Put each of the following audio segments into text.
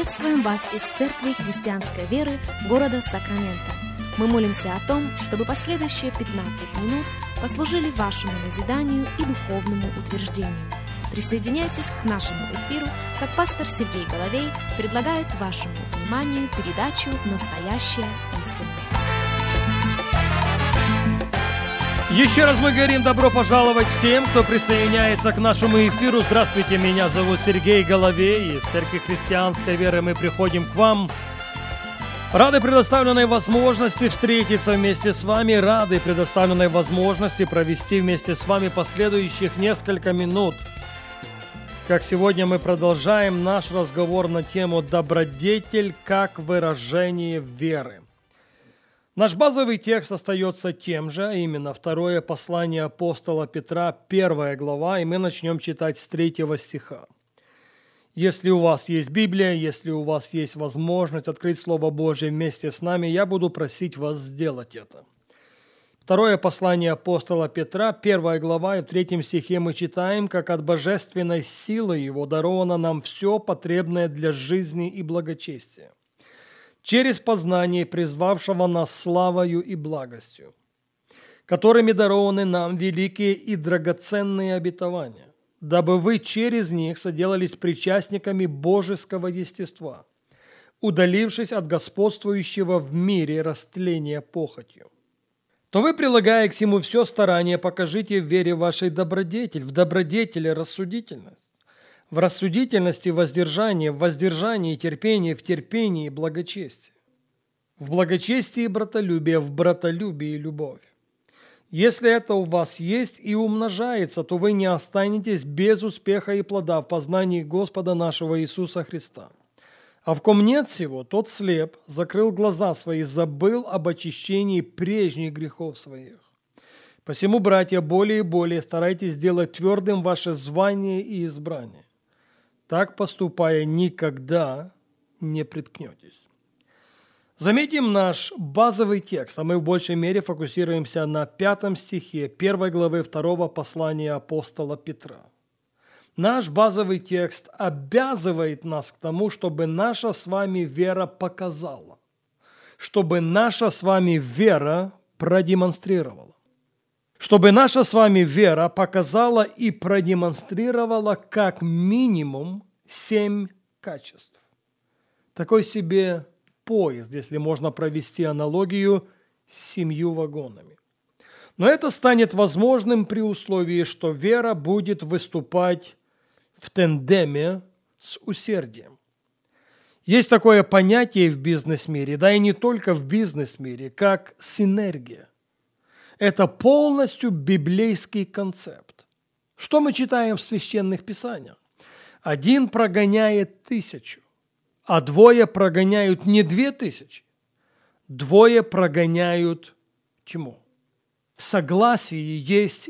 Приветствуем вас из Церкви Христианской Веры города Сакраменто. Мы молимся о том, чтобы последующие 15 минут послужили вашему назиданию и духовному утверждению. Присоединяйтесь к нашему эфиру, как пастор Сергей Головей предлагает вашему вниманию передачу «Настоящая истина». Еще раз мы говорим добро пожаловать всем, кто присоединяется к нашему эфиру. Здравствуйте, меня зовут Сергей Головей. Из Церкви Христианской Веры мы приходим к вам. Рады предоставленной возможности встретиться вместе с вами, рады предоставленной возможности провести вместе с вами последующих несколько минут. Как сегодня мы продолжаем наш разговор на тему «Добродетель как выражение веры». Наш базовый текст остается тем же, а именно второе послание апостола Петра, 1 глава, и мы начнем читать с 3 стиха. Если у вас есть Библия, если у вас есть возможность открыть Слово Божие вместе с нами, я буду просить вас сделать это. Второе послание апостола Петра, 1 глава, и в 3 стихе мы читаем, как от божественной силы Его даровано нам все потребное для жизни и благочестия, через познание призвавшего нас славою и благостью, которыми дарованы нам великие и драгоценные обетования, дабы вы через них соделались причастниками божеского естества, удалившись от господствующего в мире растления похотью. То вы, прилагая к всему все старание, покажите в вере вашей добродетель, в добродетели рассудительность, в рассудительности воздержание, в воздержании терпение, в терпении благочестие, в благочестии братолюбие, в братолюбии любовь. Если это у вас есть и умножается, то вы не останетесь без успеха и плода в познании Господа нашего Иисуса Христа. А в ком нет всего, тот слеп, закрыл глаза свои, забыл об очищении прежних грехов своих. Посему, братья, более и более старайтесь сделать твердым ваше звание и избрание. Так поступая, никогда не приткнетесь. Заметим наш базовый текст, а мы в большей мере фокусируемся на 5 стихе 1 главы 2 послания апостола Петра. Наш базовый текст обязывает нас к тому, чтобы наша с вами вера показала, чтобы наша с вами вера продемонстрировала. Чтобы наша с вами вера показала и продемонстрировала как минимум 7 качеств. Такой себе поезд, если можно провести аналогию с 7 вагонами. Но это станет возможным при условии, что вера будет выступать в тандеме с усердием. Есть такое понятие в бизнес-мире, да и не только в бизнес-мире, как синергия. Это полностью библейский концепт. Что мы читаем в священных писаниях? 1 прогоняет 1000, а 2 прогоняют не 2000, 2 прогоняют тьму. В согласии есть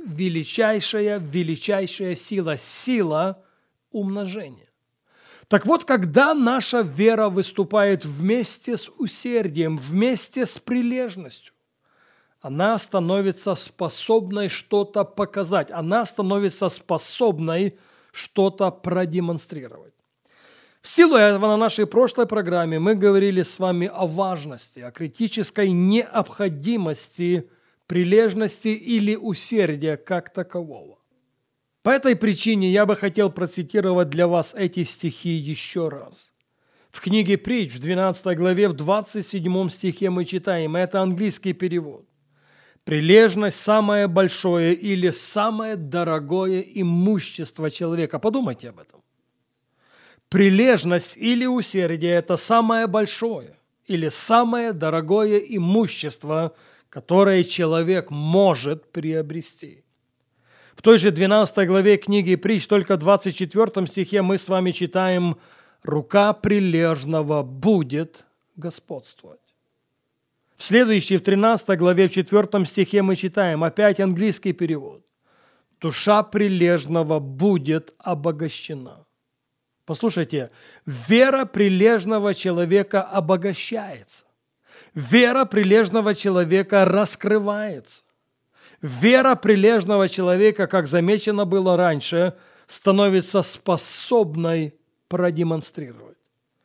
величайшая сила, сила умножения. Так вот, когда наша вера выступает вместе с усердием, вместе с прилежностью, она становится способной что-то показать, она становится способной что-то продемонстрировать. В силу этого на нашей прошлой программе мы говорили с вами о важности, о критической необходимости прилежности или усердия как такового. По этой причине я бы хотел процитировать для вас эти стихи еще раз. В книге Притч, в 12 главе, в 27 стихе мы читаем, это английский перевод. Прилежность – самое большое или самое дорогое имущество человека. Подумайте об этом. Прилежность или усердие – это самое большое или самое дорогое имущество, которое человек может приобрести. В той же 12 главе книги Притч, только в 24 стихе мы с вами читаем «Рука прилежного будет господствовать». В следующей, в 13 главе, в 4 стихе мы читаем, опять английский перевод. «Душа прилежного будет обогащена». Послушайте, вера прилежного человека обогащается. Вера прилежного человека раскрывается. Вера прилежного человека, как замечено было раньше, становится способной продемонстрировать.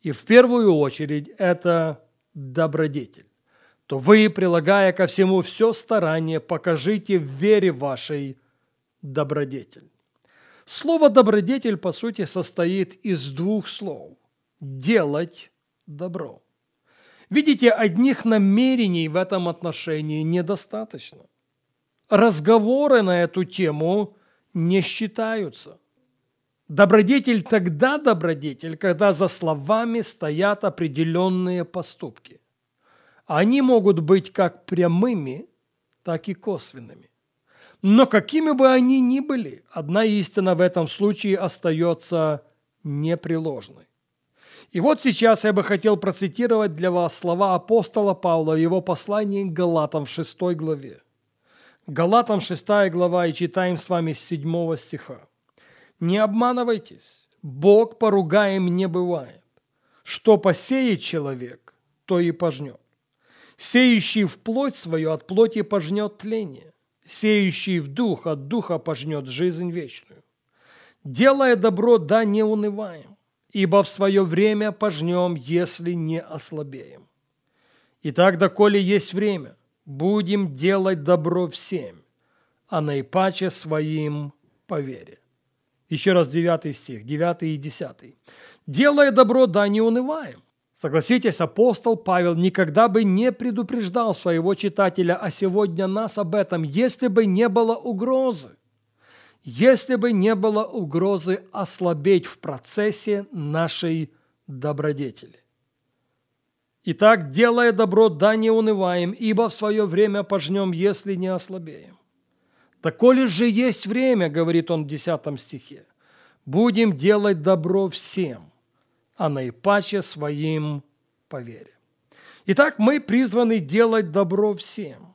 и в первую очередь это добродетель, то вы, прилагая ко всему все старание, покажите в вере вашей добродетель. Слово «добродетель» по сути состоит из двух слов – «делать добро». Видите, одних намерений в этом отношении недостаточно. Разговоры на эту тему не считаются. Добродетель тогда добродетель, когда за словами стоят определенные поступки. Они могут быть как прямыми, так и косвенными. Но какими бы они ни были, одна истина в этом случае остается непреложной. И вот сейчас я бы хотел процитировать для вас слова апостола Павла в его послании к Галатам в 6 главе. Галатам 6 глава, и читаем с вами с 7 стиха. «Не обманывайтесь, Бог поругаем не бывает. Что посеет человек, то и пожнет. Сеющий в плоть свою от плоти пожнет тление, сеющий в дух от духа пожнет жизнь вечную. Делая добро, да не унываем, ибо в свое время пожнем, если не ослабеем. Итак, доколе есть время, будем делать добро всем, а наипаче своим по вере». Еще раз 9 стих, 9 и 10. «Делая добро, да не унываем». Согласитесь, апостол Павел никогда бы не предупреждал своего читателя, а сегодня нас об этом, если бы не было угрозы. Если бы не было угрозы ослабеть в процессе нашей добродетели. Итак, делая добро, да не унываем, ибо в свое время пожнем, если не ослабеем. «Доколе же есть время, — говорит он в 10 стихе, — будем делать добро всем, а наипаче своим по вере». Итак, мы призваны делать добро всем,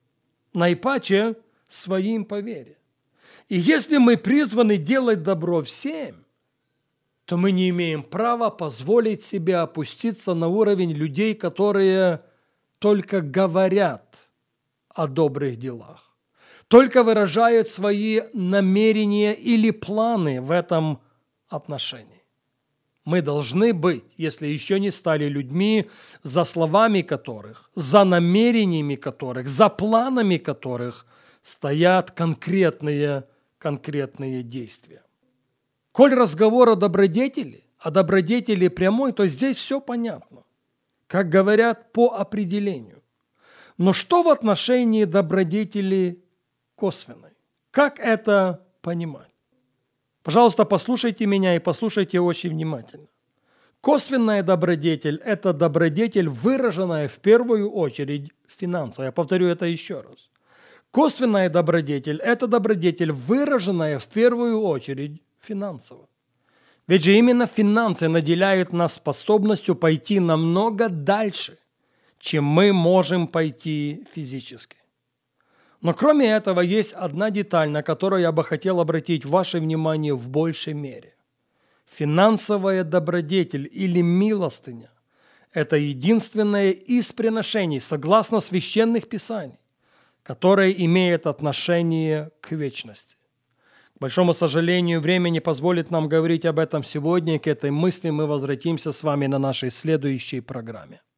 наипаче своим по вере. И если мы призваны делать добро всем, то мы не имеем права позволить себе опуститься на уровень людей, которые только говорят о добрых делах, только выражают свои намерения или планы в этом отношении. Мы должны быть, если еще не стали людьми, за словами которых, за намерениями которых, за планами которых стоят конкретные действия. Коль разговор о добродетели прямой, то здесь все понятно, как говорят, по определению. Но что в отношении добродетели косвенной? Как это понимать? Пожалуйста, послушайте меня и послушайте очень внимательно. Косвенная добродетель – это добродетель, выраженная в первую очередь финансово. Я повторю это еще раз. Косвенная добродетель – это добродетель, выраженная в первую очередь финансово. Ведь же именно финансы наделяют нас способностью пойти намного дальше, чем мы можем пойти физически. Но кроме этого есть одна деталь, на которую я бы хотел обратить ваше внимание в большей мере. Финансовая добродетель или милостыня – это единственное из приношений, согласно священных писаний, которое имеет отношение к вечности. К большому сожалению, время не позволит нам говорить об этом сегодня, и к этой мысли мы возвратимся с вами на нашей следующей программе.